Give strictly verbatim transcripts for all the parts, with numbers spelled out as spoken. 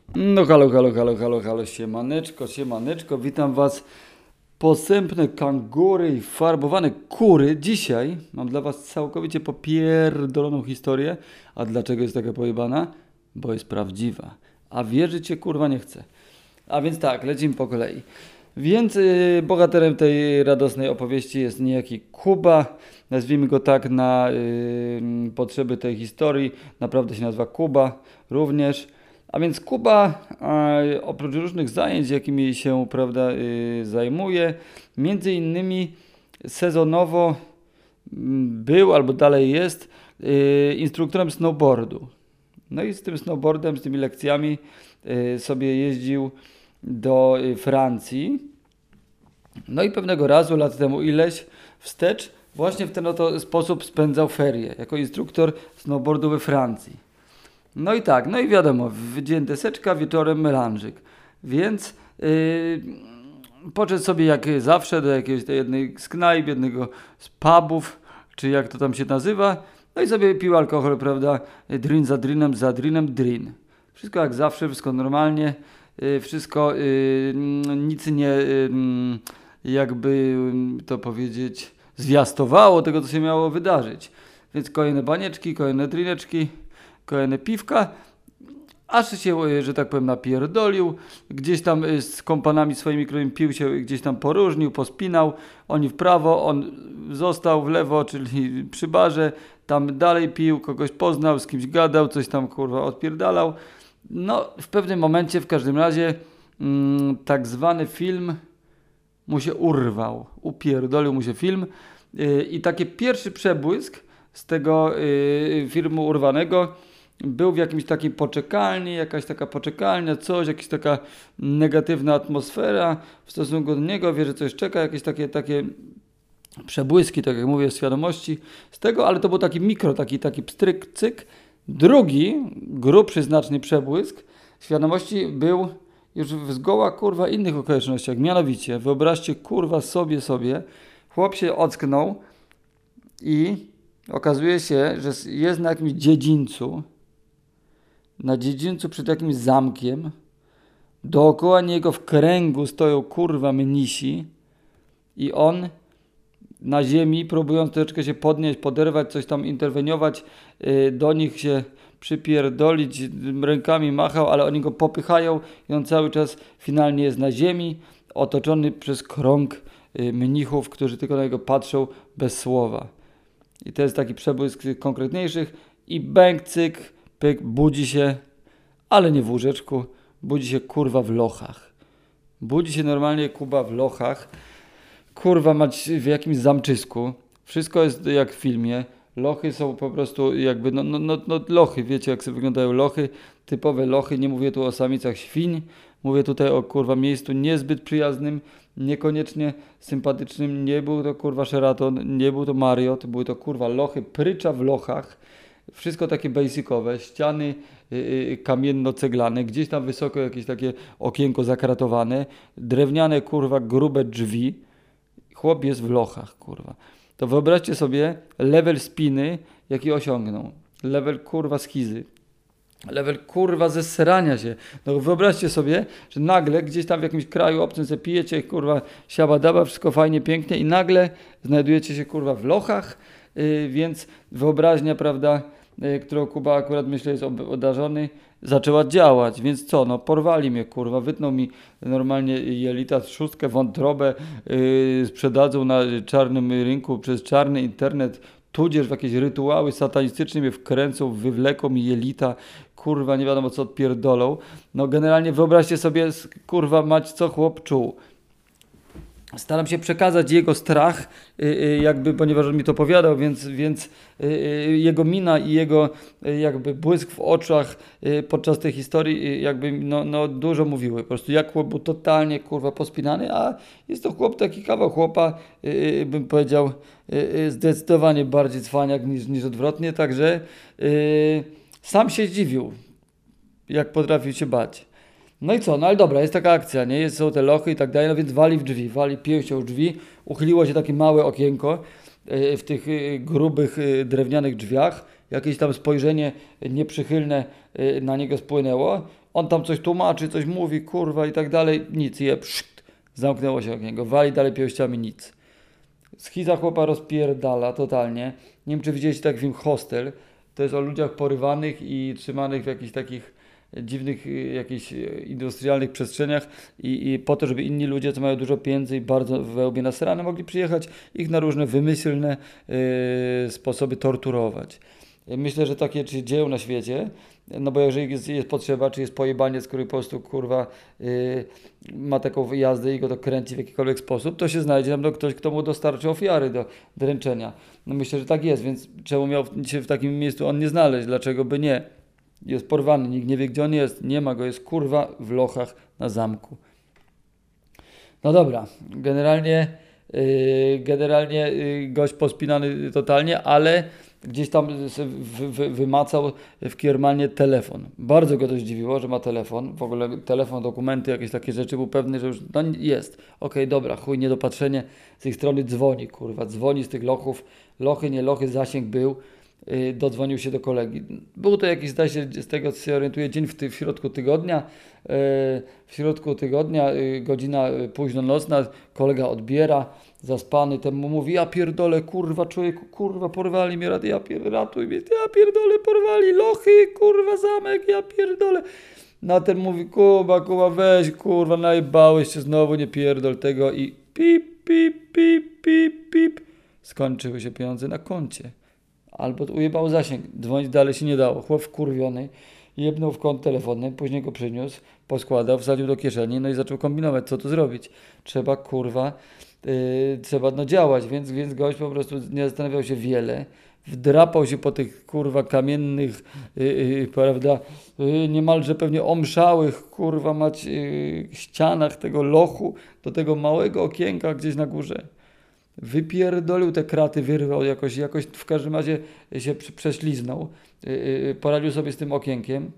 No halo, halo, halo, halo, halo, siemaneczko, siemaneczko, witam was posępne kangury i farbowane kury. Dzisiaj mam dla was całkowicie popierdoloną historię. A dlaczego jest taka pojebana? Bo jest prawdziwa. A wierzyć się kurwa nie chcę. A więc tak, lecimy po kolei. Więc y, bohaterem tej radosnej opowieści jest niejaki Kuba. Nazwijmy go tak na y, potrzeby tej historii. Naprawdę się nazywa Kuba również. A więc Kuba, e, oprócz różnych zajęć, jakimi się, prawda, y, zajmuje, między innymi sezonowo mm, był albo dalej jest y, instruktorem snowboardu. No i z tym snowboardem, z tymi lekcjami y, sobie jeździł do y, Francji. No i pewnego razu, lat temu ileś wstecz, właśnie w ten oto sposób spędzał ferie, jako instruktor snowboardu we Francji. No i tak, no i wiadomo, w dzień deseczka, wieczorem melanżyk. Więc yy, poszedł sobie jak zawsze do jakiejś tej jednej z knajp, jednego z pubów, czy jak to tam się nazywa. No i sobie pił alkohol, prawda, drin za drinem, za drinem, drin. Wszystko jak zawsze, wszystko normalnie, yy, wszystko, yy, nic nie, yy, jakby to powiedzieć, zwiastowało tego, co się miało wydarzyć. Więc kolejne banieczki, kolejne drineczki, kolejne piwka, aż się, że tak powiem, napierdolił. Gdzieś tam z kompanami swoimi, którymi pił się, gdzieś tam poróżnił, pospinał. Oni w prawo, on został w lewo, czyli przy barze. Tam dalej pił, kogoś poznał, z kimś gadał, coś tam kurwa odpierdalał. No, w pewnym momencie, w każdym razie, mm, tak zwany film mu się urwał. Upierdolił mu się film. Yy, I taki pierwszy przebłysk z tego yy, filmu urwanego był w jakimś takiej poczekalni, jakaś taka poczekalnia, coś, jakaś taka negatywna atmosfera w stosunku do niego, wie, że coś czeka, jakieś takie, takie przebłyski, tak jak mówię, świadomości z tego, ale to był taki mikro, taki, taki pstryk, cyk. Drugi, grubszy znacznie przebłysk świadomości był już w zgoła, kurwa, innych okolicznościach. Mianowicie, wyobraźcie, kurwa, sobie, sobie, chłop się ocknął i okazuje się, że jest na jakimś dziedzińcu, na dziedzińcu przed jakimś zamkiem, dookoła niego w kręgu stoją kurwa mnisi i on na ziemi, próbując troszeczkę się podnieść, poderwać, coś tam interweniować, yy, do nich się przypierdolić, rękami machał, ale oni go popychają i on cały czas finalnie jest na ziemi, otoczony przez krąg yy, mnichów, którzy tylko na niego patrzą bez słowa. I to jest taki przebłysk konkretniejszych i bęk, cyk, pyk, budzi się, ale nie w łóżeczku, budzi się kurwa w lochach. Budzi się normalnie Kuba w lochach, kurwa mać w jakimś zamczysku. Wszystko jest jak w filmie. Lochy są po prostu jakby, no, no, no, no lochy, wiecie jak sobie wyglądają lochy, typowe lochy, nie mówię tu o samicach świń, mówię tutaj o kurwa miejscu niezbyt przyjaznym, niekoniecznie sympatycznym, nie był to kurwa Sheraton, nie był to Marriott, były to kurwa lochy, prycza w lochach, wszystko takie basicowe, ściany yy, kamienno-ceglane, gdzieś tam wysoko jakieś takie okienko zakratowane, drewniane kurwa grube drzwi, chłop jest w lochach kurwa. To wyobraźcie sobie level spiny, jaki osiągnął. Level kurwa skizy. Level kurwa zesrania się. No wyobraźcie sobie, że nagle gdzieś tam w jakimś kraju obcym se pijecie, kurwa siabadaba, wszystko fajnie, pięknie i nagle znajdujecie się kurwa w lochach, yy, więc wyobraźnia, prawda, yy, którą Kuba akurat myślę jest obdarzony, zaczęła działać, więc co, no porwali mnie kurwa, wytną mi normalnie jelita, trzustkę, wątrobę, yy, sprzedadzą na czarnym rynku przez czarny internet, tudzież w jakieś rytuały satanistyczne mnie wkręcą, wywleką mi jelita, kurwa nie wiadomo co odpierdolą. No generalnie wyobraźcie sobie, kurwa mać co chłop czuł. Staram się przekazać jego strach, yy, jakby, ponieważ on mi to opowiadał, więc, więc yy, jego mina i jego yy, jakby błysk w oczach yy, podczas tej historii yy, jakby no, no dużo mówiły. Po prostu jak chłop był totalnie kurwa pospinany, a jest to chłop, taki kawał chłopa, yy, bym powiedział yy, zdecydowanie bardziej cwaniak niż, niż odwrotnie, także yy, sam się zdziwił, jak potrafił się bać. No i co? No ale dobra, jest taka akcja, nie? Jest, są te lochy i tak dalej, no więc wali w drzwi, wali pięścią w drzwi, uchyliło się takie małe okienko yy, w tych yy, grubych yy, drewnianych drzwiach, jakieś tam spojrzenie nieprzychylne yy, na niego spłynęło. On tam coś tłumaczy, coś mówi, kurwa i tak dalej, nic, je, pszt, zamknęło się okienko, wali dalej pięściami, nic. Schiza chłopa rozpierdala totalnie. Nie wiem, czy widzieliście taki film Hostel. To jest o ludziach porywanych i trzymanych w jakichś takich dziwnych, y, jakichś y, industrialnych przestrzeniach i, i po to, żeby inni ludzie, co mają dużo pieniędzy i bardzo we łbie nasrane, mogli przyjechać, ich na różne wymyślne y, sposoby torturować. Myślę, że takie się dzieją na świecie, no bo jeżeli jest, jest potrzeba, czy jest pojebaniec, który po prostu kurwa yy, ma taką jazdę i go to kręci w jakikolwiek sposób, to się znajdzie tam ktoś, kto mu dostarczy ofiary do dręczenia. No myślę, że tak jest, więc czemu miał się w takim miejscu on nie znaleźć? Dlaczego by nie? Jest porwany, nikt nie wie, gdzie on jest, nie ma go, jest kurwa w lochach na zamku. No dobra, generalnie yy, generalnie yy, gość pospinany totalnie, ale gdzieś tam wy, wy, wymacał w Kiermanie telefon. Bardzo go to zdziwiło, że ma telefon. W ogóle telefon, dokumenty, jakieś takie rzeczy. Był pewny, że już no jest. Okej, okay, dobra, chuj, niedopatrzenie. Z ich strony dzwoni, kurwa. Dzwoni z tych lochów. Lochy, nie lochy, zasięg był. Yy, dodzwonił się do kolegi. Był to jakiś, zdaje się, z tego co się orientuję, dzień w, ty, w środku tygodnia. Yy, w środku tygodnia, yy, godzina yy, późno nocna. Kolega odbiera. Zaspany, temu mówi, ja pierdolę, kurwa, człowieku, kurwa, porwali mnie, ja pierdolę, ratuj mnie, ja pierdolę, porwali, lochy, kurwa, zamek, ja pierdolę. Na ten mówi, kuba, kuba, weź, kurwa, najbałeś się znowu, nie pierdol tego i pip, pip, pip, pip, pip. Skończyły się pieniądze na koncie. Albo ujebał zasięg, dzwonić dalej się nie dało. Chłop wkurwiony, jebnął w kąt telefonem, później go przyniósł, poskładał, wsadził do kieszeni, no i zaczął kombinować, co tu zrobić. Trzeba, kurwa, Yy, trzeba no działać, więc, więc gość po prostu nie zastanawiał się wiele, wdrapał się po tych kurwa kamiennych, yy, yy, prawda, yy, niemalże pewnie omszałych, kurwa mać, yy, ścianach tego lochu do tego małego okienka gdzieś na górze. Wypierdolił te kraty, wyrwał jakoś, jakoś w każdym razie się prześliznął, yy, yy, poradził sobie z tym okienkiem.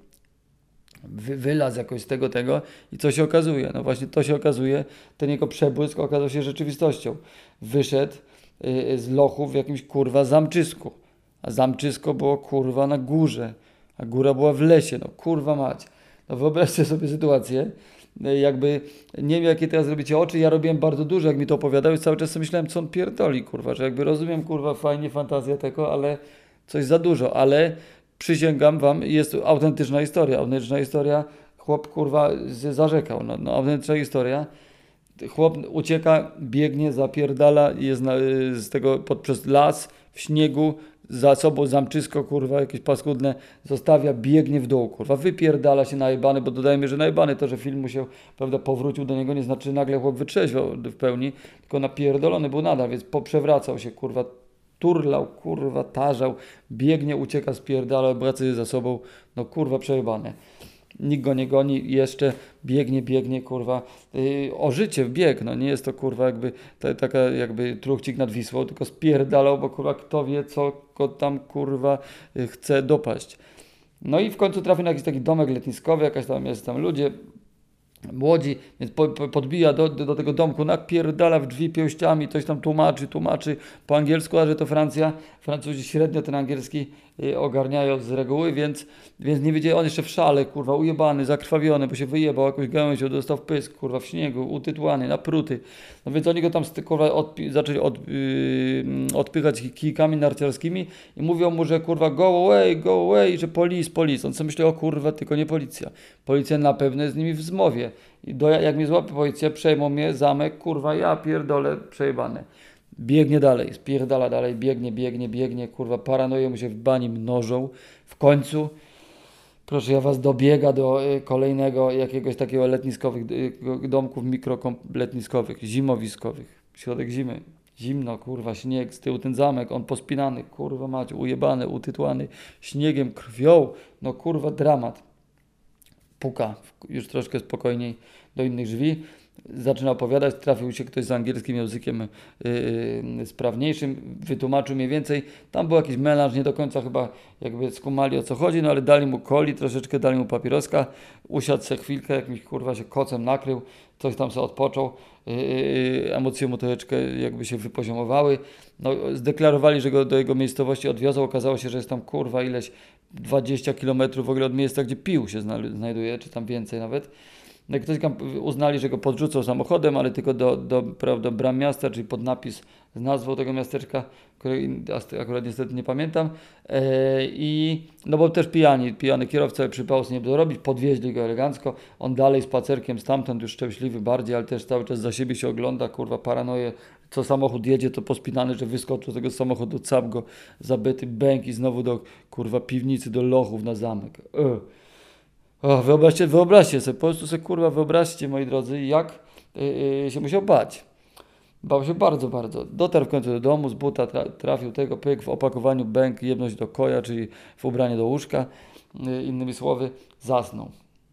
Wy, wylazł jakoś z tego, tego i co się okazuje? No właśnie to się okazuje, ten jego przebłysk okazał się rzeczywistością. Wyszedł y, z lochu w jakimś kurwa zamczysku, a zamczysko było kurwa na górze, a góra była w lesie, no kurwa mać. No wyobraźcie sobie sytuację, y, jakby, nie wiem jakie teraz robicie oczy, ja robiłem bardzo dużo, jak mi to opowiadał i cały czas sobie myślałem, co on pierdoli, kurwa, że jakby rozumiem, kurwa, fajnie, fantazja tego, ale coś za dużo, ale przysięgam wam, jest to autentyczna historia. Autentyczna historia, chłop kurwa zarzekał. No, no autentyczna historia. Chłop ucieka, biegnie, zapierdala, jest na, z tego pod, przez las, w śniegu, za sobą zamczysko, kurwa, jakieś paskudne, zostawia, biegnie w dół, kurwa, wypierdala się najebany, bo dodajmy, że najebany to, że film mu się, prawda, powrócił do niego, nie znaczy, że nagle chłop wytrzeźwiał w pełni, tylko napierdolony był nadal, więc poprzewracał się, kurwa, turlał, kurwa, tarzał, biegnie, ucieka, spierdala, obraca za sobą, no kurwa, przejebane. Nikt go nie goni, jeszcze biegnie, biegnie, kurwa, yy, o życie w bieg, no nie jest to, kurwa, jakby ta, taka, jakby truchcik nad Wisłą, tylko spierdalał, bo, kurwa, kto wie, co go tam, kurwa, yy, chce dopaść. No i w końcu trafi na jakiś taki domek letniskowy, jakaś tam, jest tam ludzie, młodzi, więc po, po, podbija do, do, do tego domku, napierdala w drzwi pięściami, coś tam tłumaczy, tłumaczy po angielsku, a że to Francja, Francuzi średnio ten angielski y, ogarniają z reguły, więc, więc nie wiedzieli, on jeszcze w szale, kurwa, ujebany, zakrwawiony, bo się wyjebał, jakąś gałęzią, dostał w pysk, kurwa, w śniegu, utytłany, napruty. No więc oni go tam, kurwa, odpi- zaczęli od, yy, odpychać kijkami narciarskimi i mówią mu, że, kurwa, go away, go away, że police, police. On sobie myśli, o kurwa, tylko nie policja. Policja na pewno jest z nimi w zmowie. I do, jak mnie złapie policja, przejmą mnie, zamek, kurwa, ja pierdolę, przejebane. Biegnie dalej, spierdala dalej, biegnie, biegnie, biegnie, kurwa, paranoje mu się w bani mnożą. W końcu, proszę ja was, dobiega do y, kolejnego jakiegoś takiego letniskowych y, domków mikroletniskowych, zimowiskowych. Środek zimy. Zimno, kurwa, śnieg, z tyłu ten zamek, on pospinany, kurwa mać, ujebany, utytłany, śniegiem, krwią, no kurwa, dramat. Puka, już troszkę spokojniej do innych drzwi. Zaczyna opowiadać, trafił się ktoś z angielskim językiem yy, sprawniejszym, wytłumaczył mniej więcej. Tam był jakiś melanż, nie do końca chyba jakby skumali o co chodzi, no ale dali mu coli, troszeczkę dali mu papieroska, usiadł se chwilkę, jakimś kurwa się kocem nakrył, coś tam se odpoczął, yy, emocje mu troszeczkę jakby się wypoziomowały. No, zdeklarowali, że go do jego miejscowości odwiozą, okazało się, że jest tam kurwa ileś dwadzieścia kilometrów w ogóle od miejsca, gdzie pił się znajduje, czy tam więcej nawet. No i ktoś tam uznali, że go podrzucą samochodem, ale tylko do, do, prawda, bram miasta, czyli pod napis z nazwą tego miasteczka, której akurat niestety nie pamiętam. E, I no bo też pijani, pijany kierowca przypał nie było robić, podwieźli go elegancko. On dalej spacerkiem stamtąd, już szczęśliwy bardziej, ale też cały czas za siebie się ogląda, kurwa, paranoję. Co samochód jedzie, to pospinany, że wyskoczył z tego samochodu, cap go, zabyty bęk i znowu do, kurwa, piwnicy, do lochów na zamek. E. O, wyobraźcie, wyobraźcie sobie, po prostu sobie, kurwa, wyobraźcie, moi drodzy, jak yy, yy, się musiał bać. Bał się bardzo, bardzo. Dotarł w końcu do domu, z buta tra trafił tego, pyk, w opakowaniu bęk, jedność do koja, czyli w ubranie do łóżka. Yy, innymi słowy, zasnął.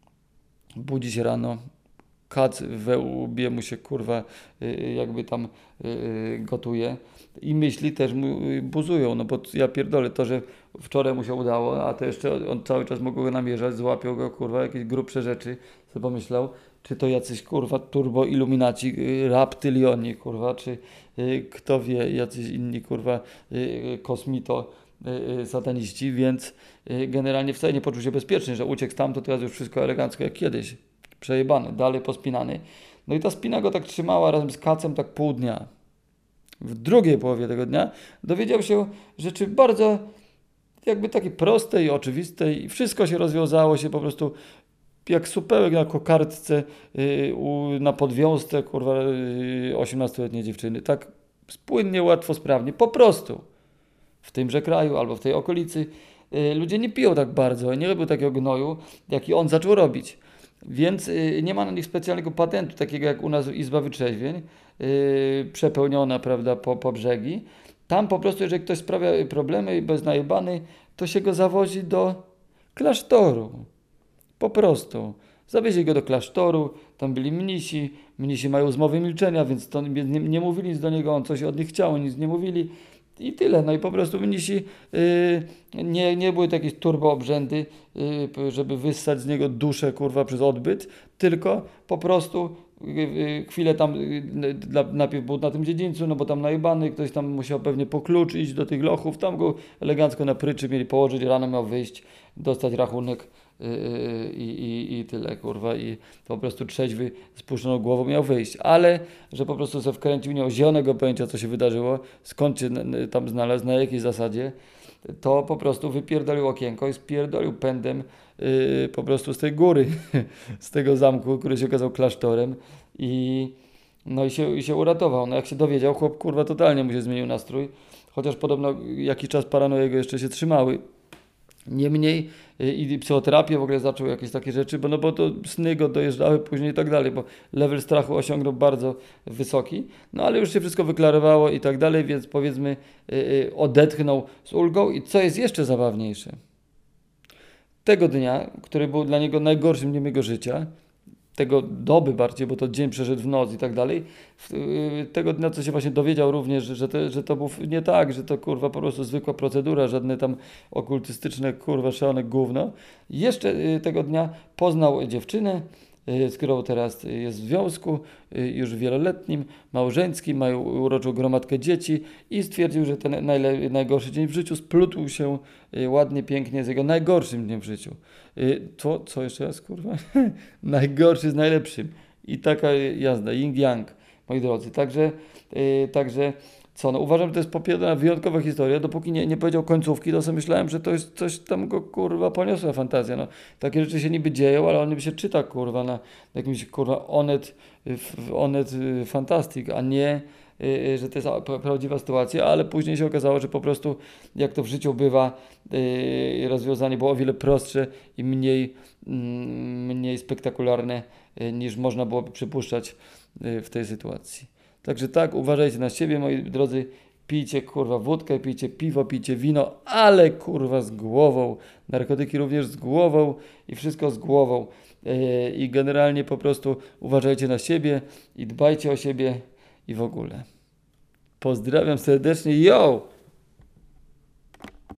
Budzi się rano, kac we łbie mu się, kurwa, yy, jakby tam yy, gotuje. I myśli też mu buzują, no bo ja pierdolę to, że wczoraj mu się udało, a to jeszcze on cały czas mógł go namierzać, złapiał go, kurwa, jakieś grubsze rzeczy, sobie pomyślał, czy to jacyś, kurwa, turbo iluminaci, raptylioni, kurwa, czy y, kto wie, jacyś inni, kurwa, y, kosmito, y, sataniści, więc y, generalnie wcale nie poczuł się bezpieczny, że uciekł stamtąd, teraz już wszystko elegancko jak kiedyś, przejebany, dalej pospinany. No i ta spina go tak trzymała razem z kacem tak pół dnia. W drugiej połowie tego dnia dowiedział się rzeczy bardzo jakby takiej prostej, oczywistej i wszystko się rozwiązało się po prostu jak supełek na kokardce yy, u, na podwiązce, kurwa, yy, osiemnastoletniej dziewczyny. Tak spłynnie, łatwo, sprawnie. Po prostu w tymże kraju albo w tej okolicy yy, ludzie nie piją tak bardzo, nie robią takiego gnoju, jaki on zaczął robić. Więc yy, nie ma na nich specjalnego patentu, takiego jak u nas Izba Wytrzeźwień, yy, przepełniona, prawda, po, po brzegi. Tam po prostu, jeżeli ktoś sprawia problemy i bez najebany, to się go zawozi do klasztoru. Po prostu. Zawieźli go do klasztoru, tam byli mnisi, mnisi mają zmowy milczenia, więc to nie, nie mówili nic do niego, on coś od nich chciał, nic nie mówili. I tyle. No i po prostu mnisi yy, nie, nie były to jakieś turbo obrzędy, yy, żeby wyssać z niego duszę, kurwa, przez odbyt, tylko po prostu yy, chwilę tam yy, dla, najpierw był na tym dziedzińcu, no bo tam najebany, ktoś tam musiał pewnie po klucz iść do tych lochów, tam go elegancko na pryczy mieli położyć, rano miał wyjść, dostać rachunek yy, i, i, i tyle, kurwa, i po prostu trzeźwy, spuszczoną głową miał wyjść, ale że po prostu sobie wkręcił, nie miał zielonego pojęcia, co się wydarzyło, skąd się tam znalazł, na jakiej zasadzie, to po prostu wypierdolił okienko i spierdolił pędem yy, po prostu z tej góry, z tego zamku, który się okazał klasztorem i no i się, i się uratował. No jak się dowiedział, chłop, kurwa, totalnie mu się zmienił nastrój, chociaż podobno jakiś czas paranoje go jeszcze się trzymały. Niemniej y, i psychoterapię w ogóle zaczął jakieś takie rzeczy, bo, no bo to sny go dojeżdżały później i tak dalej, bo level strachu osiągnął bardzo wysoki, no ale już się wszystko wyklarowało i tak dalej, więc powiedzmy y, y, odetchnął z ulgą. I co jest jeszcze zabawniejsze, tego dnia, który był dla niego najgorszym dniem jego życia, tego doby bardziej, bo to dzień przeszedł w noc i tak dalej, tego dnia, co się właśnie dowiedział również, że to, że to był nie tak, że to, kurwa, po prostu zwykła procedura, żadne tam okultystyczne, kurwa, szalone gówno. Jeszcze tego dnia poznał dziewczynę, z którą teraz jest w związku, już wieloletnim, małżeńskim, mają uroczą gromadkę dzieci i stwierdził, że ten najle- najgorszy dzień w życiu splótł się ładnie, pięknie z jego najgorszym dniem w życiu. Co, co jeszcze raz, kurwa? Najgorszy z najlepszym. I taka jazda, yin-yang, moi drodzy. Także, yy, także co, no uważam, że to jest popierdolona, wyjątkowa historia. Dopóki nie, nie powiedział końcówki, to sobie myślałem, że to jest coś tam go, kurwa, poniosła fantazja. No, takie rzeczy się niby dzieją, ale one się czyta, kurwa, na jakimś, kurwa, onet, onet fantastic, a nie, yy, że to jest prawdziwa sytuacja, ale później się okazało, że po prostu, jak to w życiu bywa, yy, rozwiązanie było o wiele prostsze i mniej, yy, mniej spektakularne, yy, niż można było przypuszczać yy, w tej sytuacji. Także tak, uważajcie na siebie, moi drodzy, pijcie, kurwa, wódkę, pijcie piwo, pijcie wino, ale, kurwa, z głową, narkotyki również z głową i wszystko z głową. Yy, I generalnie po prostu uważajcie na siebie i dbajcie o siebie i w ogóle. Pozdrawiam serdecznie, yo!